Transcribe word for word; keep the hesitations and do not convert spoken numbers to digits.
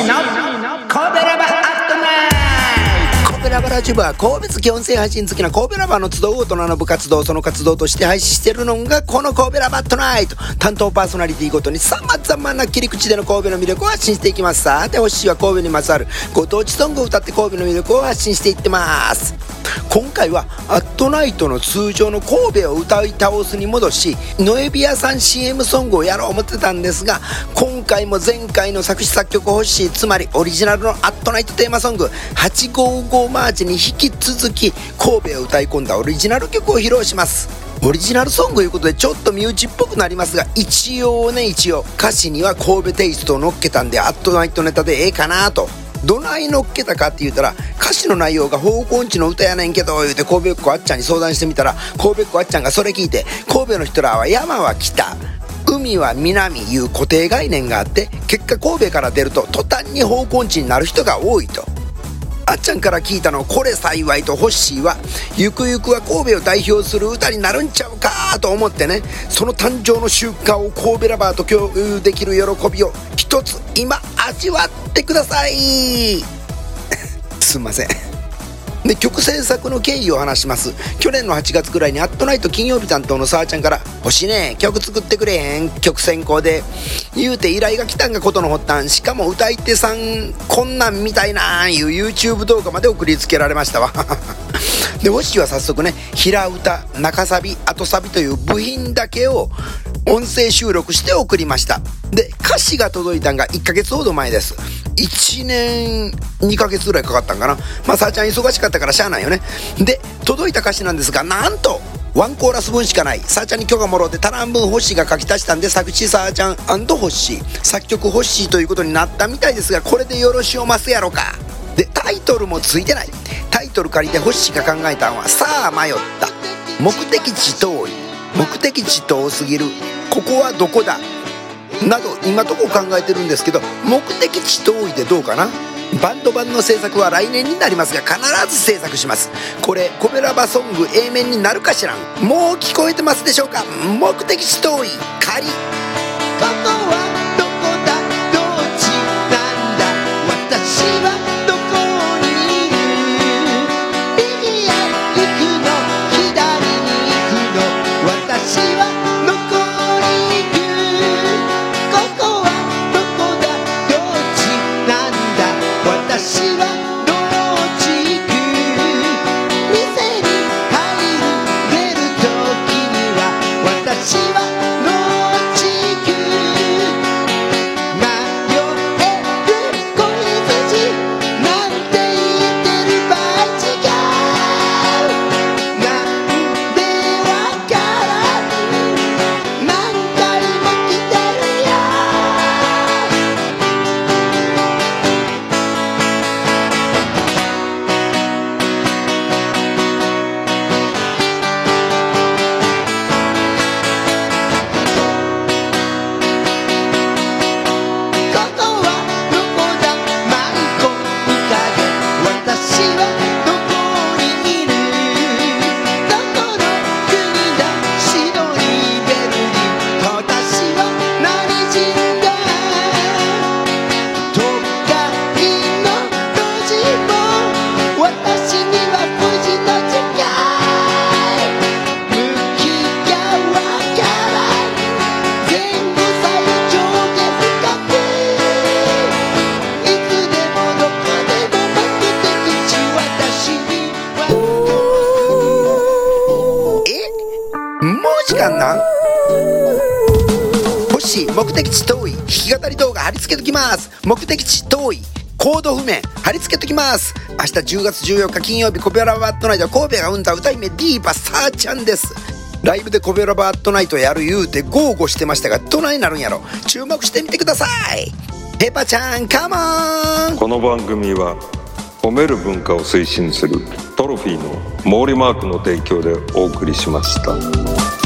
の神戸ラバーアットナイト。神戸ラバラジブは神戸好き音声配信好きな神戸ラバーの集う大人の部活動、その活動として配信してるのがこの神戸ラバーアットナイト。担当パーソナリティごとに様々な切り口での神戸の魅力を発信していきます。さて、ホッシーは神戸にまつわるご当地ソングを歌って神戸の魅力を発信していってます。今回はアットナイトの通常の神戸を歌い倒すに戻し、ノエビアさん シーエム ソングをやろう思ってたんですが、今回も前回の作詞作曲ホッシー、つまりオリジナルのアットナイトテーマソングはちごーごーマーチに引き続き神戸を歌い込んだオリジナル曲を披露します。オリジナルソングということでちょっと身内っぽくなりますが、一応ね一応歌詞には神戸テイストを乗っけたんで、アットナイトネタでええかなと。どない乗っけたかって言ったら、歌詞の内容が方向音痴の歌やねんけど言うて神戸っ子あっちゃんに相談してみたら、神戸っ子あっちゃんがそれ聞いて、神戸の人らは山は北、海は南いう固定概念があって、結果神戸から出ると途端に方向音痴になる人が多いと。あっちゃんから聞いたのこれ幸いと、ホッシーはゆくゆくは神戸を代表する歌になるんちゃうかと思ってね、その誕生の瞬間を神戸ラバーと共有できる喜びを一つ今味わってくださいすんません。で、曲制作の経緯を話します。去年のはちがつくらいにアットナイト金曜日担当のさあちゃんから「欲しいね曲作ってくれへん曲選考で」言うて依頼が来たんがことの発端。しかも歌い手さんこんなんみたいなーいう YouTube 動画まで送りつけられましたわで、ホッシーは早速ね、平歌、中サビ、後サビという部品だけを音声収録して送りました。で、歌詞が届いたんがいっかげつほど前です。いちねんにかげつぐらいかかったんかな。まあさあちゃん忙しかったからしゃあないよね。で、届いた歌詞なんですが、なんとワンコーラス分しかない。さあちゃんに許可もろって足らん分ホッシーが書き足したんで、作詞さあちゃん&ホッシー、作曲ホッシーということになったみたいですが、これでよろしおますやろか。で、タイトルもついてない。タイトル借りてホッシーが考えたのは、さあ迷った、目的地遠い、目的地遠すぎる、ここはどこだなど今とこ考えてるんですけど、目的地遠いでどうかな。バンド版の制作は来年になりますが必ず制作します。これコベラバソング A 面になるかしらん。もう聞こえてますでしょうか。目的地遠い仮、ここはどこだ、どっちなんだ、私はどこにいる、右へ行くの左に行くの、私はどこに行く、ここはどこだ、どっちなんだ、私はどっち行く、店に入る出る時には私はどっち行く、迷える子羊なんて言ってる場合違う、なんでわからん、何回も来てるよ。ここはどこだ、マンコイカゲ、私はどこにいる、どこの国だ、シドニーベルリン、私は何人だ、都会の路地も私には富士の近い、向きがわからん、前後左右上下深く、いつでもどこでも目的地、私にはえもう時間なん。もし目的地遠い弾き語り動画貼り付けときます。目的地遠いコード譜面貼り付けときます。明日じゅうがつじゅうよっか金曜日、コベラバアットナイトは神戸が生んだ歌姫ディーバさあちゃんです。ライブでコベラバアットナイトやる言うて豪語してましたが、どないなるんやろ。注目してみてください。ヘパちゃんカモン。 この番組は褒める文化を推進するトロフィーの毛利マークの提供でお送りしました。